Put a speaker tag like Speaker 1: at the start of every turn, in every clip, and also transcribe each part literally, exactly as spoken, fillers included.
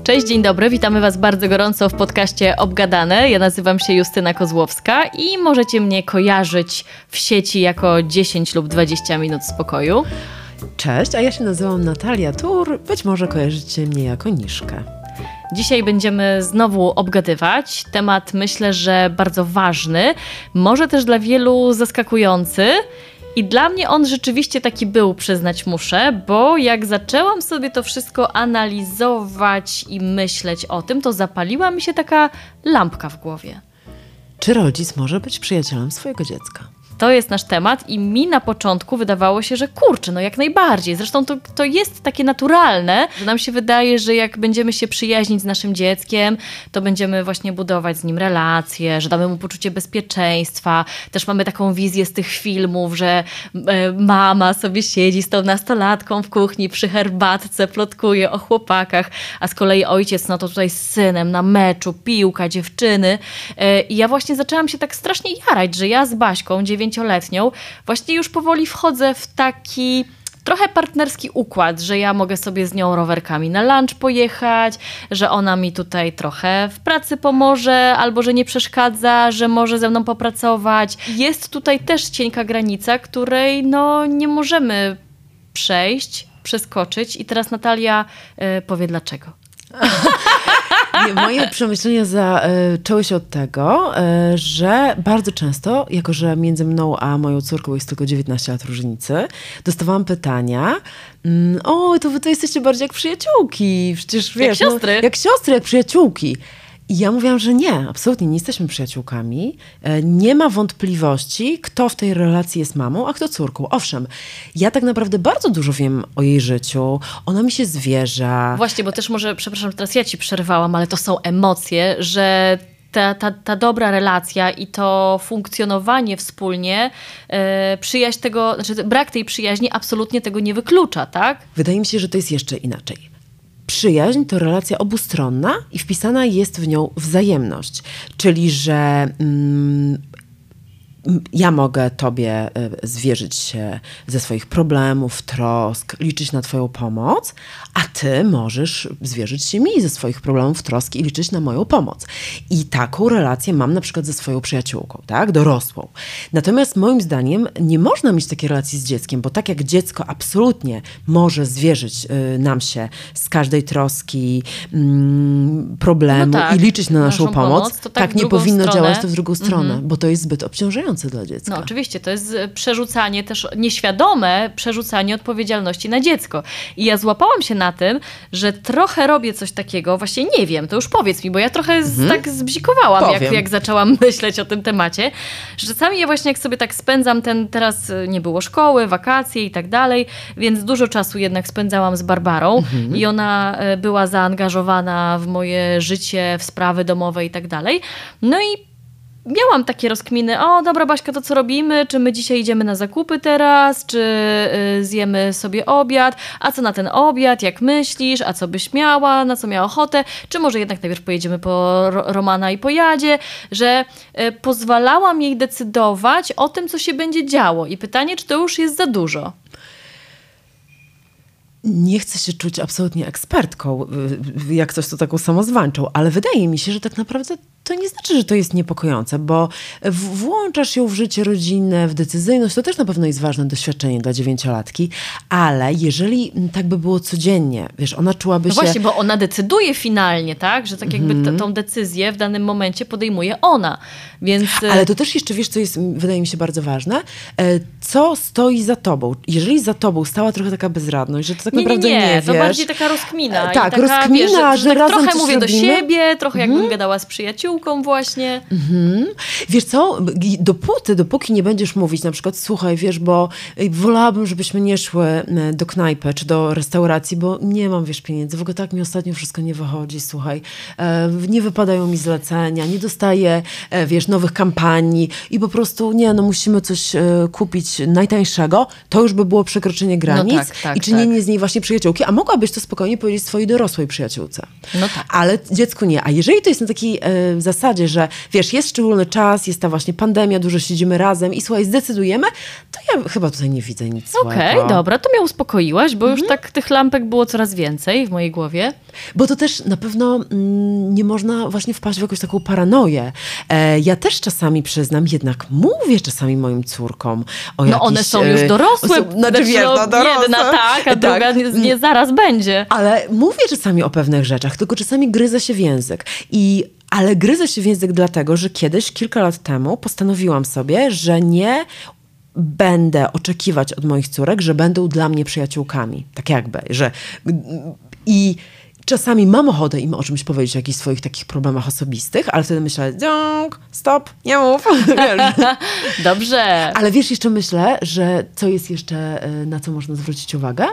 Speaker 1: Cześć, dzień dobry, witamy Was bardzo gorąco w podcaście Obgadane. Ja nazywam się Justyna Kozłowska i możecie mnie kojarzyć w sieci jako dziesięć lub dwadzieścia minut spokoju.
Speaker 2: Cześć, a ja się nazywam Natalia Tur, być może kojarzycie mnie jako Niszkę.
Speaker 1: Dzisiaj będziemy znowu obgadywać temat, myślę, że bardzo ważny, może też dla wielu zaskakujący. I dla mnie on rzeczywiście taki był, przyznać muszę, bo jak zaczęłam sobie to wszystko analizować i myśleć o tym, to zapaliła mi się taka lampka w głowie.
Speaker 2: Czy rodzic może być przyjacielem swojego dziecka?
Speaker 1: To jest nasz temat i mi na początku wydawało się, że kurczę, no jak najbardziej. Zresztą to, to jest takie naturalne, że nam się wydaje, że jak będziemy się przyjaźnić z naszym dzieckiem, to będziemy właśnie budować z nim relacje, że damy mu poczucie bezpieczeństwa. Też mamy taką wizję z tych filmów, że e, mama sobie siedzi z tą nastolatką w kuchni przy herbatce, plotkuje o chłopakach, a z kolei ojciec, no to tutaj z synem na meczu, piłka, dziewczyny. E, I ja właśnie zaczęłam się tak strasznie jarać, że ja z Baśką, dziewięcioletnią, właśnie już powoli wchodzę w taki trochę partnerski układ, że ja mogę sobie z nią rowerkami na lunch pojechać, że ona mi tutaj trochę w pracy pomoże, albo że nie przeszkadza, że może ze mną popracować. Jest tutaj też cienka granica, której no nie możemy przejść, przeskoczyć i teraz Natalia y, powie dlaczego.
Speaker 2: Nie, moje przemyślenia zaczęły się od tego, że bardzo często, jako że między mną a moją córką jest tylko dziewiętnaście lat różnicy, dostawałam pytania: o, to wy to jesteście bardziej jak przyjaciółki, przecież wiesz,
Speaker 1: jak siostry.
Speaker 2: No, jak siostry, jak przyjaciółki. I ja mówiłam, że nie, absolutnie nie jesteśmy przyjaciółkami. Nie ma wątpliwości, kto w tej relacji jest mamą, a kto córką. Owszem, ja tak naprawdę bardzo dużo wiem o jej życiu. Ona mi się zwierza.
Speaker 1: Właśnie, bo też może, przepraszam, teraz ja ci przerwałam, ale to są emocje, że ta, ta, ta dobra relacja i to funkcjonowanie wspólnie, yy, przyjaźń tego, znaczy brak tej przyjaźni absolutnie tego nie wyklucza, tak?
Speaker 2: Wydaje mi się, że to jest jeszcze inaczej. Przyjaźń to relacja obustronna i wpisana jest w nią wzajemność. Czyli, że mm, ja mogę tobie zwierzyć się ze swoich problemów, trosk, liczyć na twoją pomoc, a ty możesz zwierzyć się mi ze swoich problemów, trosk i liczyć na moją pomoc. I taką relację mam na przykład ze swoją przyjaciółką, tak, dorosłą. Natomiast moim zdaniem nie można mieć takiej relacji z dzieckiem, bo tak jak dziecko absolutnie może zwierzyć y, nam się z każdej troski, mm, problemu no tak, i liczyć na naszą, naszą pomoc, pomoc to tak, tak nie powinno stronę. działać to w drugą stronę, mm-hmm. bo to jest zbyt obciążające dla dziecka.
Speaker 1: No oczywiście, to jest przerzucanie też, nieświadome przerzucanie odpowiedzialności na dziecko. I ja złapałam się na tym, że trochę robię coś takiego, właśnie nie wiem, to już powiedz mi, bo ja trochę z, mhm. tak zbzikowałam, jak, jak zaczęłam myśleć o tym temacie, że czasami ja właśnie jak sobie tak spędzam ten, teraz nie było szkoły, wakacje i tak dalej, więc dużo czasu jednak spędzałam z Barbarą mhm. i ona była zaangażowana w moje życie, w sprawy domowe i tak dalej. No i miałam takie rozkminy: o dobra Baśka, to co robimy? Czy my dzisiaj idziemy na zakupy teraz? Czy y, zjemy sobie obiad? A co na ten obiad? Jak myślisz? A co byś miała? Na co miała ochotę? Czy może jednak najpierw pojedziemy po Ro- Romana i po Jadzie? Że y, pozwalałam jej decydować o tym, co się będzie działo. I pytanie, czy to już jest za dużo?
Speaker 2: Nie chcę się czuć absolutnie ekspertką, jak coś to taką samozwańczą, ale wydaje mi się, że tak naprawdę to nie znaczy, że to jest niepokojące, bo w- włączasz ją w życie rodzinne, w decyzyjność, to też na pewno jest ważne doświadczenie dla dziewięciolatki, ale jeżeli tak by było codziennie, wiesz, ona czułaby
Speaker 1: no
Speaker 2: się...
Speaker 1: No właśnie, bo ona decyduje finalnie, tak? Że tak jakby mm. t- tą decyzję w danym momencie podejmuje ona, więc...
Speaker 2: Ale to też jeszcze, wiesz, co jest, wydaje mi się, bardzo ważne, co stoi za tobą. Jeżeli za tobą stała trochę taka bezradność, że to tak
Speaker 1: nie,
Speaker 2: naprawdę
Speaker 1: nie, nie,
Speaker 2: nie wiesz...
Speaker 1: to bardziej taka rozkmina.
Speaker 2: Tak,
Speaker 1: taka,
Speaker 2: rozkmina,
Speaker 1: wiesz, że, że,
Speaker 2: że
Speaker 1: tak
Speaker 2: razem
Speaker 1: trochę mówię
Speaker 2: robimy.
Speaker 1: do siebie, trochę jakbym
Speaker 2: mm.
Speaker 1: gadała z przyjaciółką właśnie.
Speaker 2: Mhm. Wiesz co, dopóty, dopóki nie będziesz mówić na przykład: słuchaj, wiesz, bo wolałabym, żebyśmy nie szły do knajpy czy do restauracji, bo nie mam, wiesz, pieniędzy. W ogóle tak mi ostatnio wszystko nie wychodzi, słuchaj. Nie wypadają mi zlecenia, nie dostaję, wiesz, nowych kampanii i po prostu nie, no musimy coś kupić najtańszego. To już by było przekroczenie granic
Speaker 1: no tak, tak,
Speaker 2: i czynienie
Speaker 1: tak.
Speaker 2: z niej właśnie przyjaciółki, a mogłabyś to spokojnie powiedzieć swojej dorosłej przyjaciółce.
Speaker 1: No tak.
Speaker 2: Ale dziecku nie. A jeżeli to jest na takiej zasadzie, że wiesz, jest szczególny czas, jest ta właśnie pandemia, dużo siedzimy razem i słuchaj, zdecydujemy, to ja chyba tutaj nie widzę nic złego.
Speaker 1: Okej, okay, dobra, to mnie uspokoiłaś, bo mhm. już tak tych lampek było coraz więcej w mojej głowie.
Speaker 2: Bo to też na pewno mm, nie można właśnie wpaść w jakąś taką paranoję. E, ja też czasami przyznam, jednak mówię czasami moim córkom o jakichś...
Speaker 1: No one są już dorosłe.
Speaker 2: Są, znaczy, wiesz, no, dorosłe.
Speaker 1: Jedna tak, a druga tak. nie, nie zaraz będzie.
Speaker 2: Ale mówię czasami o pewnych rzeczach, tylko czasami gryzę się w język. I ale gryzę się w język dlatego, że kiedyś, kilka lat temu postanowiłam sobie, że nie będę oczekiwać od moich córek, że będą dla mnie przyjaciółkami. Tak jakby, że... I czasami mam ochotę im o czymś powiedzieć, o jakichś swoich takich problemach osobistych, ale wtedy myślę, dziąg, stop, nie mów.
Speaker 1: Dobrze.
Speaker 2: Ale wiesz, jeszcze myślę, że co jest jeszcze, na co można zwrócić uwagę?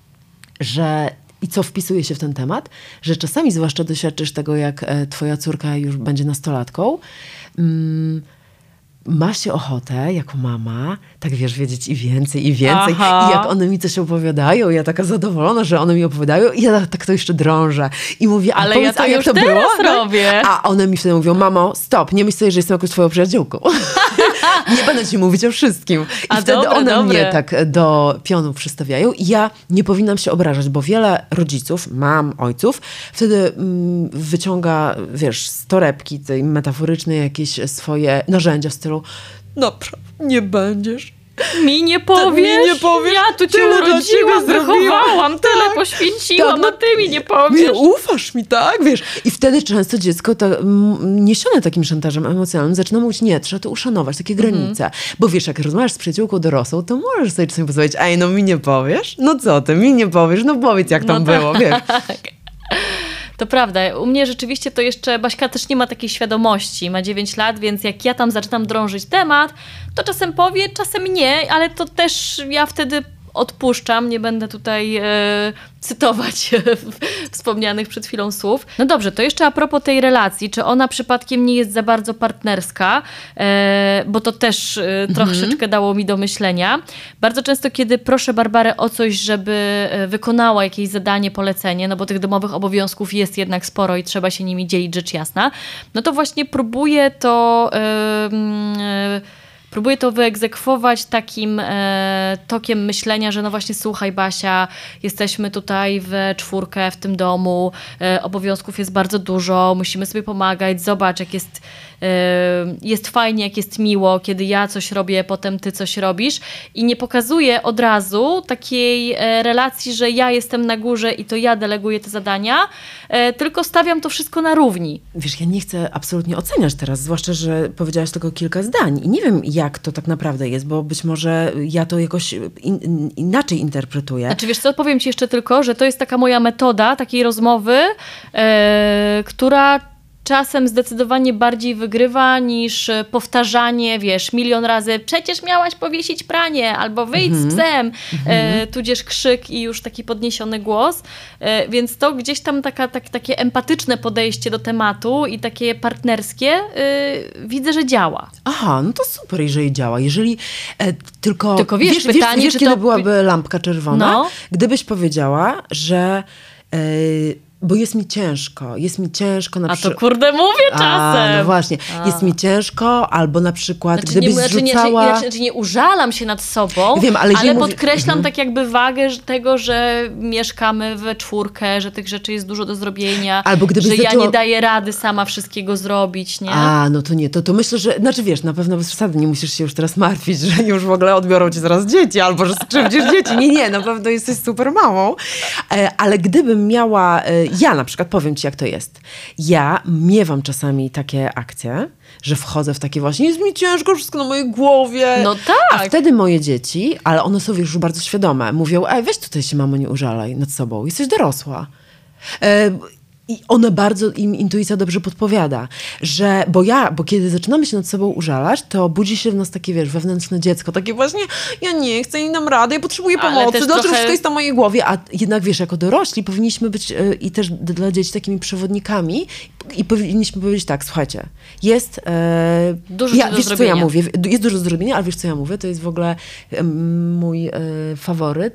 Speaker 2: Że i co wpisuje się w ten temat, że czasami zwłaszcza doświadczysz tego, jak twoja córka już będzie nastolatką, mm, ma się ochotę, jako mama, tak wiesz, wiedzieć i więcej, i więcej. Aha. I jak one mi coś opowiadają, ja taka zadowolona, że one mi opowiadają i ja tak to jeszcze drążę. I mówię, a
Speaker 1: ale
Speaker 2: powiedz,
Speaker 1: ja to
Speaker 2: a jak
Speaker 1: już
Speaker 2: to
Speaker 1: teraz
Speaker 2: było?
Speaker 1: robię.
Speaker 2: A one mi wtedy mówią, mamo, stop, nie myśl sobie, że jestem jakąś twoją przyjaciółką. Nie będę ci mówić o wszystkim. I
Speaker 1: a
Speaker 2: wtedy
Speaker 1: dobre,
Speaker 2: one
Speaker 1: dobre.
Speaker 2: mnie tak do pionu przystawiają i ja nie powinnam się obrażać, bo wiele rodziców, mam, ojców, wtedy mm, wyciąga, wiesz, z torebki tej metaforycznej jakieś swoje narzędzia w stylu naprawdę nie będziesz.
Speaker 1: Mi nie powiesz?
Speaker 2: Mi nie powiesz?
Speaker 1: Ja tu cię urodziłam, wychowałam, tak, tyle poświęciłam, tak, a ty mi nie powiesz.
Speaker 2: Nie ufasz mi, tak? Wiesz. I wtedy często dziecko ta, m, niesione takim szantażem emocjonalnym zaczyna mówić, nie, trzeba to uszanować, takie granice. Mm. Bo wiesz, jak rozmawiasz z przyjaciółką dorosłą, to możesz sobie czasami powiedzieć, ej, no mi nie powiesz? No co ty, mi nie powiesz? No powiedz, jak tam no było, tak. Wiesz.
Speaker 1: To prawda. U mnie rzeczywiście to jeszcze Baśka też nie ma takiej świadomości. Ma dziewięć lat, więc jak ja tam zaczynam drążyć temat, to czasem powie, czasem nie, ale to też ja wtedy odpuszczam. Nie będę tutaj e, cytować wspomnianych przed chwilą słów. No dobrze, to jeszcze a propos tej relacji. Czy ona przypadkiem nie jest za bardzo partnerska? E, bo to też e, mhm. troszeczkę dało mi do myślenia. Bardzo często, kiedy proszę Barbarę o coś, żeby wykonała jakieś zadanie, polecenie, no bo tych domowych obowiązków jest jednak sporo i trzeba się nimi dzielić, rzecz jasna, no to właśnie próbuję to... E, e, Próbuję to wyegzekwować takim e, tokiem myślenia, że no właśnie słuchaj Basia, jesteśmy tutaj we czwórkę w tym domu, e, obowiązków jest bardzo dużo, musimy sobie pomagać, zobacz jak jest, e, jest fajnie, jak jest miło, kiedy ja coś robię, potem ty coś robisz i nie pokazuję od razu takiej e, relacji, że ja jestem na górze i to ja deleguję te zadania, e, tylko stawiam to wszystko na równi.
Speaker 2: Wiesz, ja nie chcę absolutnie oceniać teraz, zwłaszcza, że powiedziałaś tylko kilka zdań i nie wiem jak to tak naprawdę jest, bo być może ja to jakoś in, inaczej interpretuję.
Speaker 1: Znaczy wiesz co, powiem ci jeszcze tylko, że to jest taka moja metoda takiej rozmowy, e, która czasem zdecydowanie bardziej wygrywa niż powtarzanie, wiesz, milion razy przecież miałaś powiesić pranie, albo wyjdź mm-hmm. z psem, mm-hmm. e, tudzież krzyk i już taki podniesiony głos. E, więc to gdzieś tam taka, tak, takie empatyczne podejście do tematu i takie partnerskie e, widzę, że działa.
Speaker 2: Aha, no to super, jeżeli działa. Jeżeli e, tylko...
Speaker 1: Tylko wiesz,
Speaker 2: wiesz
Speaker 1: pytanie,
Speaker 2: wiesz, wiesz
Speaker 1: czy
Speaker 2: kiedy
Speaker 1: to...
Speaker 2: byłaby lampka czerwona?
Speaker 1: No.
Speaker 2: Gdybyś powiedziała, że... E, bo jest mi ciężko, jest mi ciężko na przykład...
Speaker 1: A to kurde mówię czasem.
Speaker 2: A, no właśnie, A. jest mi ciężko, albo na przykład
Speaker 1: znaczy,
Speaker 2: gdybyś
Speaker 1: nie,
Speaker 2: zrzucała...
Speaker 1: Znaczy, znaczy nie użalam się nad sobą,
Speaker 2: Wiem, ale,
Speaker 1: ale
Speaker 2: mówi...
Speaker 1: podkreślam
Speaker 2: mhm.
Speaker 1: tak jakby wagę tego, że mieszkamy we czwórkę, że tych rzeczy jest dużo do zrobienia,
Speaker 2: albo
Speaker 1: że
Speaker 2: zaczęła...
Speaker 1: ja nie daję rady sama wszystkiego zrobić, nie?
Speaker 2: A, no to nie, to, to myślę, że... Znaczy wiesz, na pewno bez przesady nie musisz się już teraz martwić, że już w ogóle odbiorą ci zaraz dzieci, albo że skrzywdzisz dzieci. Nie, nie, na pewno jesteś super mamą. Ale gdybym miała... Ja na przykład powiem ci, jak to jest. Ja miewam czasami takie akcje, że wchodzę w takie właśnie, jest mi ciężko, wszystko na mojej głowie.
Speaker 1: No tak.
Speaker 2: A wtedy moje dzieci, ale one są już bardzo świadome, mówią, ej, weź tutaj się, mamo, nie użalaj nad sobą, jesteś dorosła. E, I one bardzo, im intuicja dobrze podpowiada, że, bo ja, bo kiedy zaczynamy się nad sobą użalać, to budzi się w nas takie, wiesz, wewnętrzne dziecko, takie właśnie, ja nie chcę, nie dam rady, ja potrzebuję pomocy, dlaczego trochę... wszystko jest na mojej głowie, a jednak, wiesz, jako dorośli powinniśmy być yy, i też dla dzieci takimi przewodnikami i powinniśmy powiedzieć tak, słuchajcie, jest, yy,
Speaker 1: dużo
Speaker 2: ja,
Speaker 1: do
Speaker 2: wiesz,
Speaker 1: zrobienia.
Speaker 2: co ja mówię, jest dużo do zrobienia, ale wiesz, co ja mówię, to jest w ogóle yy, mój yy, faworyt.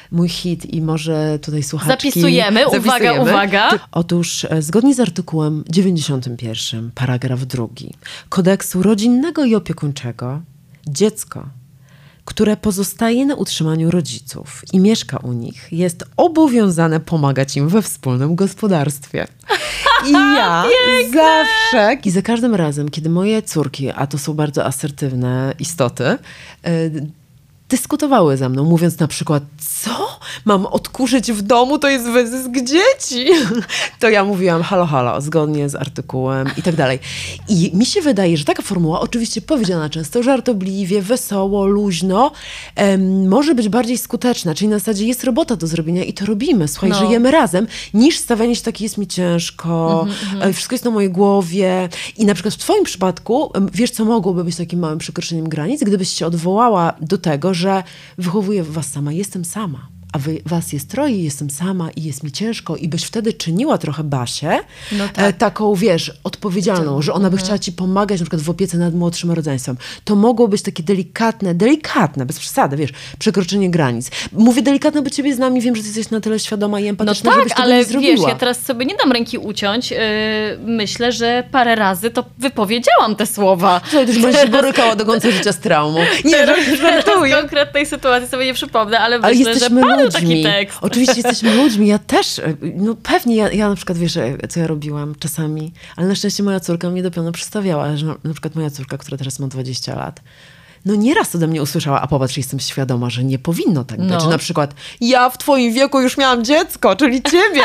Speaker 2: mój hit i może tutaj słuchaczki...
Speaker 1: Zapisujemy,
Speaker 2: Zapisujemy.
Speaker 1: uwaga, uwaga.
Speaker 2: Otóż zgodnie z artykułem dziewięćdziesiątym pierwszym, paragraf drugi Kodeksu Rodzinnego i Opiekuńczego, dziecko, które pozostaje na utrzymaniu rodziców i mieszka u nich, jest obowiązane pomagać im we wspólnym gospodarstwie. I ja Piękne. zawsze i za każdym razem, kiedy moje córki, a to są bardzo asertywne istoty, yy, dyskutowały ze mną, mówiąc na przykład, co? Mam odkurzyć w domu? To jest wyzysk dzieci. To ja mówiłam, halo, halo, zgodnie z artykułem i tak dalej. I mi się wydaje, że taka formuła, oczywiście powiedziana często żartobliwie, wesoło, luźno, em, może być bardziej skuteczna. Czyli na zasadzie jest robota do zrobienia i to robimy. Słuchaj, no. żyjemy razem, niż stawianie się taki jest mi ciężko, mm-hmm. wszystko jest na mojej głowie. I na przykład w twoim przypadku, wiesz co mogłoby być takim małym przekroczeniem granic, gdybyś się odwołała do tego, że wychowuję was sama, jestem sama, a wy, was jest troje, jestem sama i jest mi ciężko i byś wtedy czyniła trochę Basię, no tak. e, taką, wiesz, odpowiedzialną, że ona by mhm. chciała ci pomagać na przykład w opiece nad młodszym rodzeństwem. To mogło być takie delikatne, delikatne, bez przesady, wiesz, przekroczenie granic. Mówię delikatne, bo ciebie znam i wiem, że ty jesteś na tyle świadoma i empatyczna, no tak, żebyś tego nie zrobiła.
Speaker 1: Ale wiesz, ja teraz sobie nie dam ręki uciąć. Yy, myślę, że parę razy to wypowiedziałam te słowa.
Speaker 2: Słuchaj, już będziesz się borykała do końca życia z traumą. Nie,
Speaker 1: żartuję. W konkretnej sytuacji sobie nie przypomnę, ale, ale myślę, że padł taki tekst.
Speaker 2: Oczywiście jesteśmy ludźmi, ja też, no pewnie, ja, ja na przykład, wiesz, co ja robiłam czasami, ale na szczęście moja córka mnie dopiero przedstawiała, że na, na przykład moja córka, która teraz ma dwadzieścia lat, no nieraz ode mnie usłyszała, a popatrz, jestem świadoma, że nie powinno tak być. No. Że na przykład, ja w twoim wieku już miałam dziecko, czyli ciebie.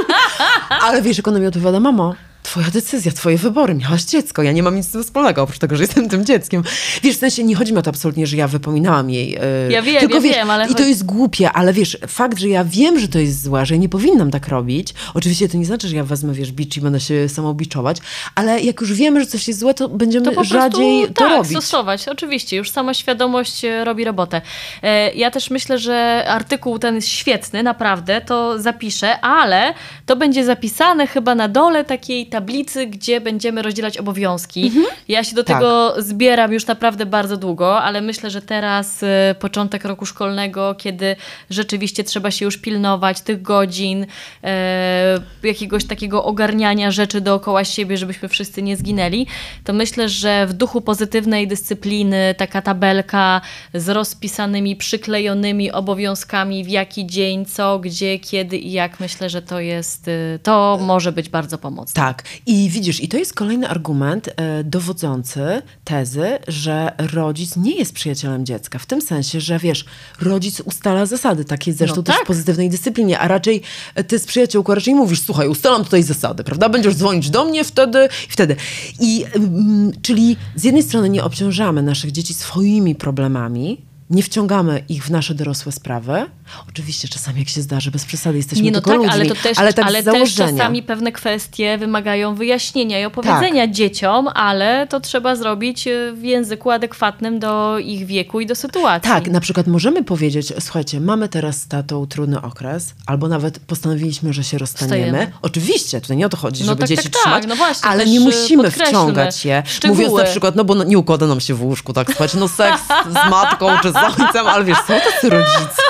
Speaker 2: Ale wiesz, jak ona mi odpowiada, mamo, twoja decyzja, twoje wybory, miałaś dziecko, ja nie mam nic z tym wspólnego, oprócz tego, że jestem tym dzieckiem. Wiesz, w sensie nie chodzi mi o to absolutnie, że ja wypominałam jej. Yy,
Speaker 1: ja wiem,
Speaker 2: tylko,
Speaker 1: ja
Speaker 2: wiesz,
Speaker 1: wiem, ale...
Speaker 2: I to jest głupie, ale wiesz, fakt, że ja wiem, że to jest złe, że ja nie powinnam tak robić, oczywiście to nie znaczy, że ja wezmę, wiesz, bicz i będę się samobiczować, ale jak już wiemy, że coś jest złe, to będziemy to rzadziej prostu, to
Speaker 1: tak,
Speaker 2: robić.
Speaker 1: stosować, oczywiście, już sama świadomość robi robotę. Ja też myślę, że artykuł ten jest świetny, naprawdę, to zapiszę, ale to będzie zapisane chyba na dole takiej tablicy, gdzie będziemy rozdzielać obowiązki. Mhm. Ja się do tak. tego zbieram już naprawdę bardzo długo, ale myślę, że teraz y, początek roku szkolnego, kiedy rzeczywiście trzeba się już pilnować tych godzin, y, jakiegoś takiego ogarniania rzeczy dookoła siebie, żebyśmy wszyscy nie zginęli, to myślę, że w duchu pozytywnej dyscypliny taka tabelka z rozpisanymi, przyklejonymi obowiązkami, w jaki dzień, co, gdzie, kiedy i jak, myślę, że to jest, y, to może być bardzo pomocne.
Speaker 2: Tak. I widzisz, i to jest kolejny argument e, dowodzący tezy, że rodzic nie jest przyjacielem dziecka. W tym sensie, że wiesz, rodzic ustala zasady. Tak jest zresztą no też tak. w pozytywnej dyscyplinie. A raczej ty z przyjaciółką raczej mówisz, słuchaj, ustalam tutaj zasady, prawda? Będziesz dzwonić do mnie wtedy i wtedy. I, mm, czyli z jednej strony nie obciążamy naszych dzieci swoimi problemami, nie wciągamy ich w nasze dorosłe sprawy. Oczywiście czasami jak się zdarzy, bez przesady, jesteśmy
Speaker 1: nie, no
Speaker 2: tylko
Speaker 1: tak,
Speaker 2: ludźmi.
Speaker 1: Ale, to też,
Speaker 2: ale tak
Speaker 1: ale też czasami pewne kwestie wymagają wyjaśnienia i opowiedzenia tak. dzieciom, ale to trzeba zrobić w języku adekwatnym do ich wieku i do sytuacji.
Speaker 2: Tak, na przykład możemy powiedzieć, słuchajcie, mamy teraz z tatą trudny okres, albo nawet postanowiliśmy, że się rozstaniemy. Stajemy. Oczywiście, tutaj nie o to chodzi,
Speaker 1: no
Speaker 2: żeby
Speaker 1: tak,
Speaker 2: dzieci
Speaker 1: tak,
Speaker 2: trzymać,
Speaker 1: tak. No właśnie,
Speaker 2: ale nie musimy wciągać je,
Speaker 1: szczegóły.
Speaker 2: Mówiąc na przykład, no bo no, nie układa nam się w łóżku, tak, słuchajcie, no seks z matką czy z ojcem, ale wiesz, są tacy rodzice.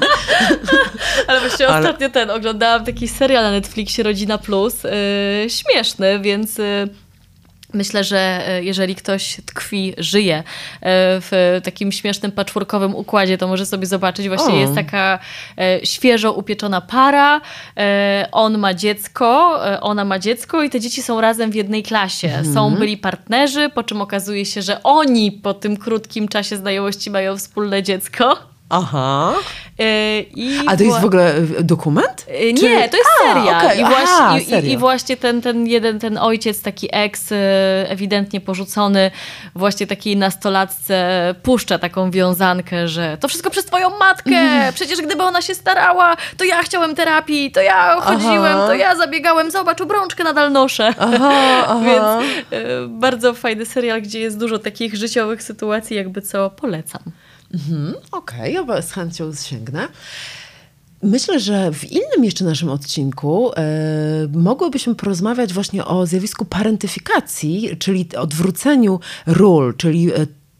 Speaker 1: Ale właśnie ale... ostatnio ten, oglądałam taki serial na Netflixie Rodzina Plus, yy, śmieszny, więc... Yy... Myślę, że jeżeli ktoś tkwi, żyje w takim śmiesznym patchworkowym układzie, to może sobie zobaczyć. Właśnie o. jest taka świeżo upieczona para, on ma dziecko, ona ma dziecko i te dzieci są razem w jednej klasie. Mhm. Są byli partnerzy, po czym okazuje się, że oni po tym krótkim czasie znajomości mają wspólne dziecko.
Speaker 2: Aha.
Speaker 1: I
Speaker 2: A to jest w ogóle dokument?
Speaker 1: Nie, Czy... to jest
Speaker 2: A,
Speaker 1: serial.
Speaker 2: Okay.
Speaker 1: I, właśnie,
Speaker 2: Aha,
Speaker 1: i, I właśnie ten, ten jeden, ten ojciec, taki ex, ewidentnie porzucony, właśnie takiej nastolatce puszcza taką wiązankę, że to wszystko przez twoją matkę, mm. przecież gdyby ona się starała, to ja chciałem terapii, to ja chodziłem, aha. to ja zabiegałem, zobacz, obrączkę nadal noszę. Aha, aha. Więc y, bardzo fajny serial, gdzie jest dużo takich życiowych sytuacji, jakby co polecam.
Speaker 2: Mhm, okej, okay, ja z chęcią sięgnę. Myślę, że w innym jeszcze naszym odcinku e, mogłybyśmy porozmawiać właśnie o zjawisku parentyfikacji, czyli odwróceniu ról, czyli e,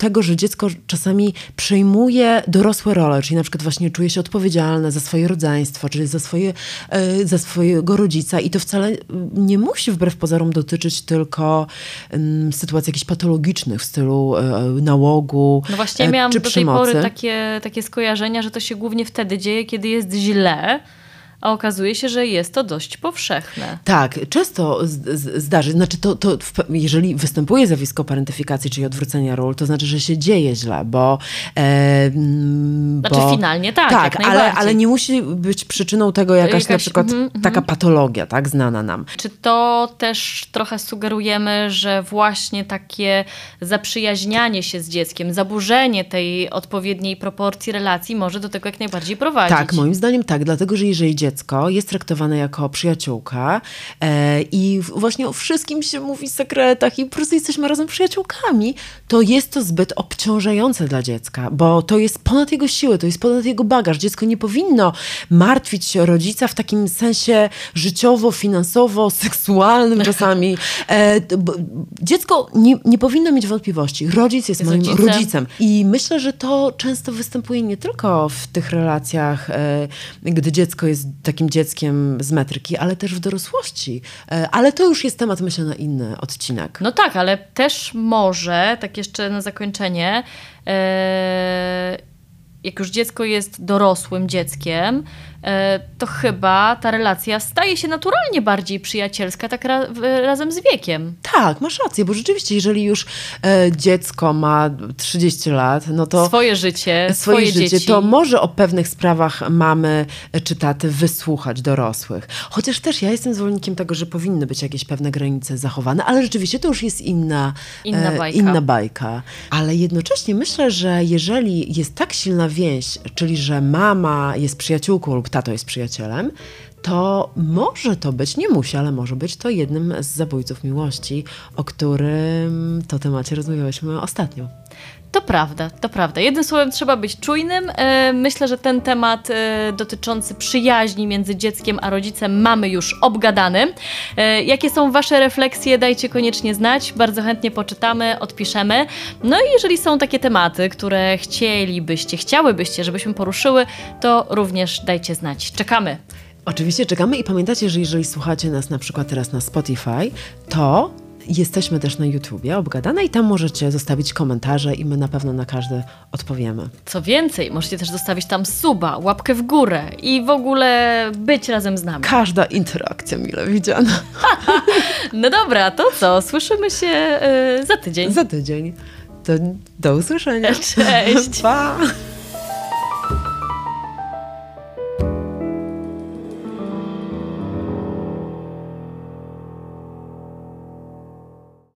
Speaker 2: tego, że dziecko czasami przejmuje dorosłe role, czyli na przykład właśnie czuje się odpowiedzialne za swoje rodzeństwo, czyli za, swoje, za swojego rodzica i to wcale nie musi wbrew pozorom dotyczyć tylko um, sytuacji jakichś patologicznych w stylu um, nałogu
Speaker 1: No właśnie miałam
Speaker 2: czy
Speaker 1: do tej
Speaker 2: przemocy.
Speaker 1: pory takie, takie skojarzenia, że to się głównie wtedy dzieje, kiedy jest źle, a okazuje się, że jest to dość powszechne.
Speaker 2: Tak, często z, z, zdarzy, znaczy to, to w, jeżeli występuje zjawisko parentyfikacji, czyli odwrócenia ról, to znaczy, że się dzieje źle, bo... E,
Speaker 1: Znaczy
Speaker 2: bo,
Speaker 1: finalnie tak,
Speaker 2: tak,
Speaker 1: jak
Speaker 2: ale, ale nie musi być przyczyną tego jakaś, jakaś na przykład mm, taka mm. patologia, tak, znana nam.
Speaker 1: Czy to też trochę sugerujemy, że właśnie takie zaprzyjaźnianie się z dzieckiem, zaburzenie tej odpowiedniej proporcji relacji może do tego jak najbardziej prowadzić?
Speaker 2: Tak, moim zdaniem tak, dlatego, że jeżeli dziecko jest traktowane jako przyjaciółka e, i właśnie o wszystkim się mówi w sekretach i po prostu jesteśmy razem przyjaciółkami, to jest to zbyt obciążające dla dziecka, bo to jest ponad jego siły, to jest ponad jego bagaż. Dziecko nie powinno martwić się rodzica w takim sensie życiowo, finansowo, seksualnym czasami. E, dziecko nie, nie powinno mieć wątpliwości. Rodzic jest, jest moim rodzicem. rodzicem. I myślę, że to często występuje nie tylko w tych relacjach, e, gdy dziecko jest takim dzieckiem z metryki, ale też w dorosłości. Ale to już jest temat, myślę, na inny odcinek.
Speaker 1: No tak, ale też może, tak jeszcze na zakończenie, e, jak już dziecko jest dorosłym dzieckiem, e, to chyba ta relacja staje się naturalnie bardziej przyjacielska, tak ra, w, razem z wiekiem.
Speaker 2: Tak, masz rację, bo rzeczywiście, jeżeli już e, dziecko ma trzydzieści lat, no to...
Speaker 1: Swoje życie,
Speaker 2: swoje,
Speaker 1: swoje
Speaker 2: życie,
Speaker 1: dzieci.
Speaker 2: To może o pewnych sprawach mamy czy taty wysłuchać dorosłych. Chociaż też ja jestem zwolennikiem tego, że powinny być jakieś pewne granice zachowane, ale rzeczywiście to już jest inna,
Speaker 1: inna,
Speaker 2: e,
Speaker 1: bajka.
Speaker 2: inna bajka. Ale jednocześnie myślę, że jeżeli jest tak silna więź, czyli że mama jest przyjaciółką lub tato jest przyjacielem, to może to być, nie musi, ale może być to jednym z zabójców miłości, o którym to temacie rozmawiałyśmy ostatnio.
Speaker 1: To prawda, to prawda. Jednym słowem trzeba być czujnym. Myślę, że ten temat dotyczący przyjaźni między dzieckiem a rodzicem mamy już obgadany. Jakie są wasze refleksje? Dajcie koniecznie znać. Bardzo chętnie poczytamy, odpiszemy. No i jeżeli są takie tematy, które chcielibyście, chciałybyście, żebyśmy poruszyły, to również dajcie znać. Czekamy.
Speaker 2: Oczywiście czekamy i pamiętajcie, że jeżeli słuchacie nas na przykład teraz na Spotify, to jesteśmy też na YouTubie, Obgadane, i tam możecie zostawić komentarze i my na pewno na każdy odpowiemy.
Speaker 1: Co więcej, możecie też zostawić tam suba, łapkę w górę i w ogóle być razem z nami.
Speaker 2: Każda interakcja mile widziana.
Speaker 1: No dobra, to co? Słyszymy się yy, za tydzień.
Speaker 2: Za tydzień. To do usłyszenia.
Speaker 1: Cześć.
Speaker 2: Pa!